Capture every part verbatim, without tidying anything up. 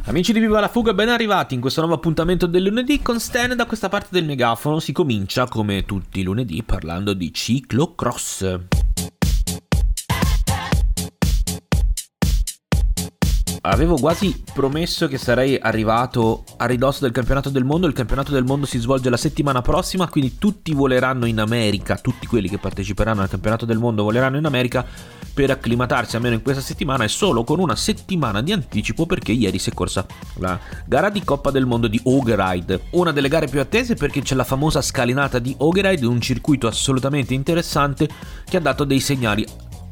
Amici di Viva la Fuga, ben arrivati in questo nuovo appuntamento del lunedì con Stan da questa parte del megafono. Si comincia come tutti i lunedì parlando di ciclocross. Avevo quasi promesso che sarei arrivato a ridosso del campionato del mondo. Il campionato del mondo si svolge la settimana prossima, quindi tutti voleranno in America, tutti quelli che parteciperanno al campionato del mondo voleranno in America per acclimatarsi almeno in questa settimana, e solo con una settimana di anticipo, perché ieri si è corsa la gara di Coppa del Mondo di Hågeride, una delle gare più attese perché c'è la famosa scalinata di Hågeride, un circuito assolutamente interessante che ha dato dei segnali,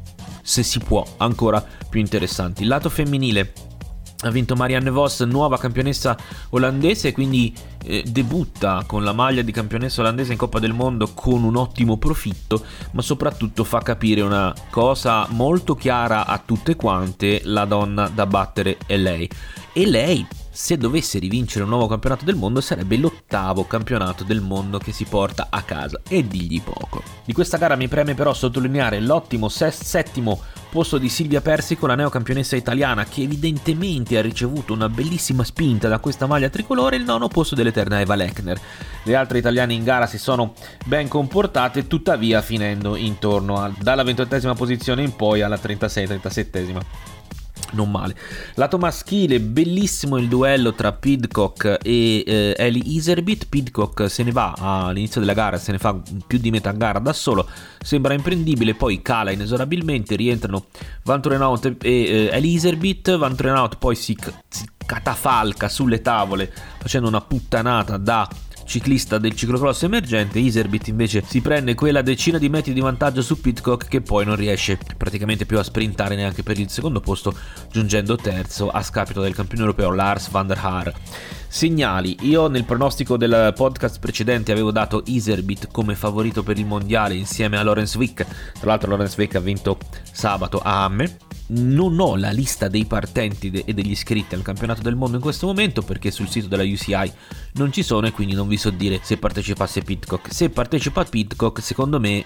se si può, ancora più interessanti. Il lato femminile ha vinto Marianne Vos, nuova campionessa olandese, quindi eh, debutta con la maglia di campionessa olandese in Coppa del Mondo con un ottimo profitto, ma soprattutto fa capire una cosa molto chiara a tutte quante: la donna da battere è lei. E lei, se dovesse rivincere un nuovo campionato del mondo, sarebbe l'ottavo campionato del mondo che si porta a casa, e digli poco. Di questa gara mi preme però sottolineare l'ottimo ses- settimo posto di Silvia Persico, la neocampionessa italiana, che evidentemente ha ricevuto una bellissima spinta da questa maglia tricolore, e il nono posto dell'eterna Eva Lechner. Le altre italiane in gara si sono ben comportate, tuttavia finendo intorno a, dalla ventottesima posizione in poi alla trentasei trentasettesima. Non male. Lato maschile, bellissimo il duello tra Pidcock e eh, Eli Iserbyt. Pidcock se ne va all'inizio della gara, se ne fa più di metà gara da solo, sembra imprendibile, poi cala inesorabilmente, rientrano Van Turenhout e eh, Eli Iserbyt. Van Turenhout poi si, si catafalca sulle tavole facendo una puttanata da ciclista del ciclocross emergente. Iserbyt invece si prende quella decina di metri di vantaggio su Pidcock, che poi non riesce praticamente più a sprintare neanche per il secondo posto, giungendo terzo a scapito del campione europeo Lars van der Haar. Segnali: io nel pronostico del podcast precedente avevo dato Iserbyt come favorito per il mondiale insieme a Lorenz Wick. Tra l'altro Lorenz Wick ha vinto sabato a Hamme. Non ho la lista dei partenti de- e degli iscritti al campionato del mondo in questo momento, perché sul sito della U C I non ci sono, e quindi non vi so dire se partecipasse Pidcock. Se partecipa Pidcock, secondo me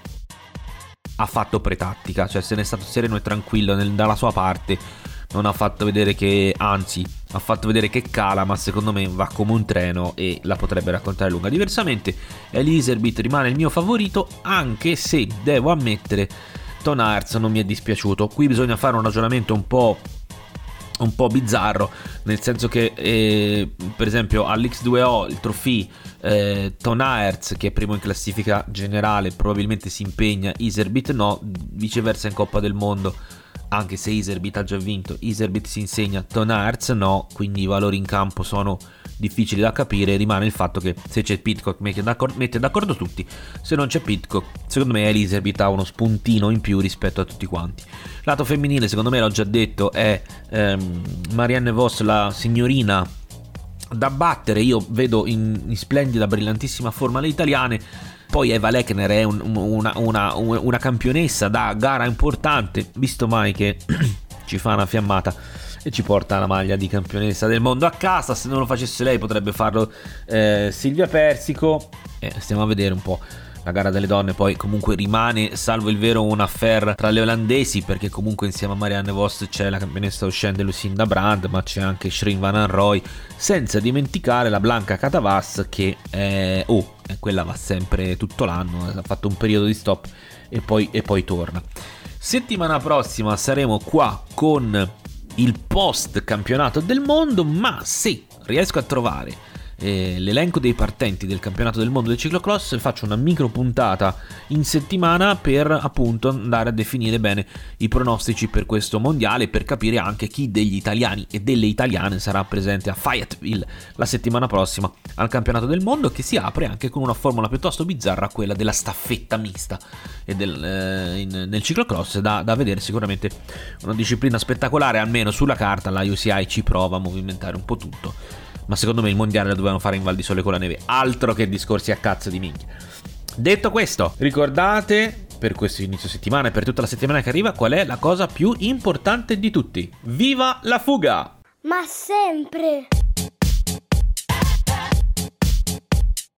ha fatto pretattica, cioè se ne è stato sereno e tranquillo nel, dalla sua parte, non ha fatto vedere che, anzi ha fatto vedere che cala, ma secondo me va come un treno e la potrebbe raccontare lunga. Diversamente Eli Iserbyt rimane il mio favorito, anche se devo ammettere Toon Aerts non mi è dispiaciuto. Qui bisogna fare un ragionamento un po' un po' bizzarro, nel senso che eh, per esempio all'X due O il Trophy, eh, Toon Aerts, che è primo in classifica generale, probabilmente si impegna, Iserbyt no. Viceversa in Coppa del Mondo, anche se Iserbyt ha già vinto, Iserbyt si insegna, Toon Aerts no, quindi i valori in campo sono difficili da capire. Rimane il fatto che se c'è Pidcock mette d'accordo, mette d'accordo tutti, se non c'è Pidcock secondo me Iserbyt ha uno spuntino in più rispetto a tutti quanti. Lato femminile, secondo me l'ho già detto, è ehm, Marianne Vos la signorina da battere. Io vedo in, in splendida, brillantissima forma le italiane. Poi Eva Lechner è un, una, una, una campionessa da gara importante, visto mai che ci fa una fiammata e ci porta la maglia di campionessa del mondo a casa. Se non lo facesse lei potrebbe farlo eh, Silvia Persico. eh, Stiamo a vedere un po' la gara delle donne. Poi comunque rimane, salvo il vero, un affair tra le olandesi, perché comunque insieme a Marianne Vos c'è la campionessa uscente Lucinda Brand, ma c'è anche Shrine Van Anrooy, senza dimenticare la Blanca Catavas, che è, oh, quella va sempre tutto l'anno, ha fatto un periodo di stop e poi, e poi torna. Settimana prossima saremo qua con il post campionato del mondo, ma se riesco a trovare eh, l'elenco dei partenti del campionato del mondo del ciclocross, faccio una micro puntata in settimana per appunto andare a definire bene i pronostici per questo mondiale, per capire anche chi degli italiani e delle italiane sarà presente a Fayetteville la settimana prossima al campionato del mondo, che si apre anche con una formula piuttosto bizzarra, quella della staffetta mista e del, eh, in, nel ciclocross, da, da vedere. Sicuramente una disciplina spettacolare, almeno sulla carta. La U C I ci prova a movimentare un po' tutto, ma secondo me il mondiale lo dovevano fare in Val di Sole con la neve, altro che discorsi a cazzo di minchia. Detto questo, ricordate per questo inizio settimana e per tutta la settimana che arriva qual è la cosa più importante di tutti: viva la fuga! Ma sempre!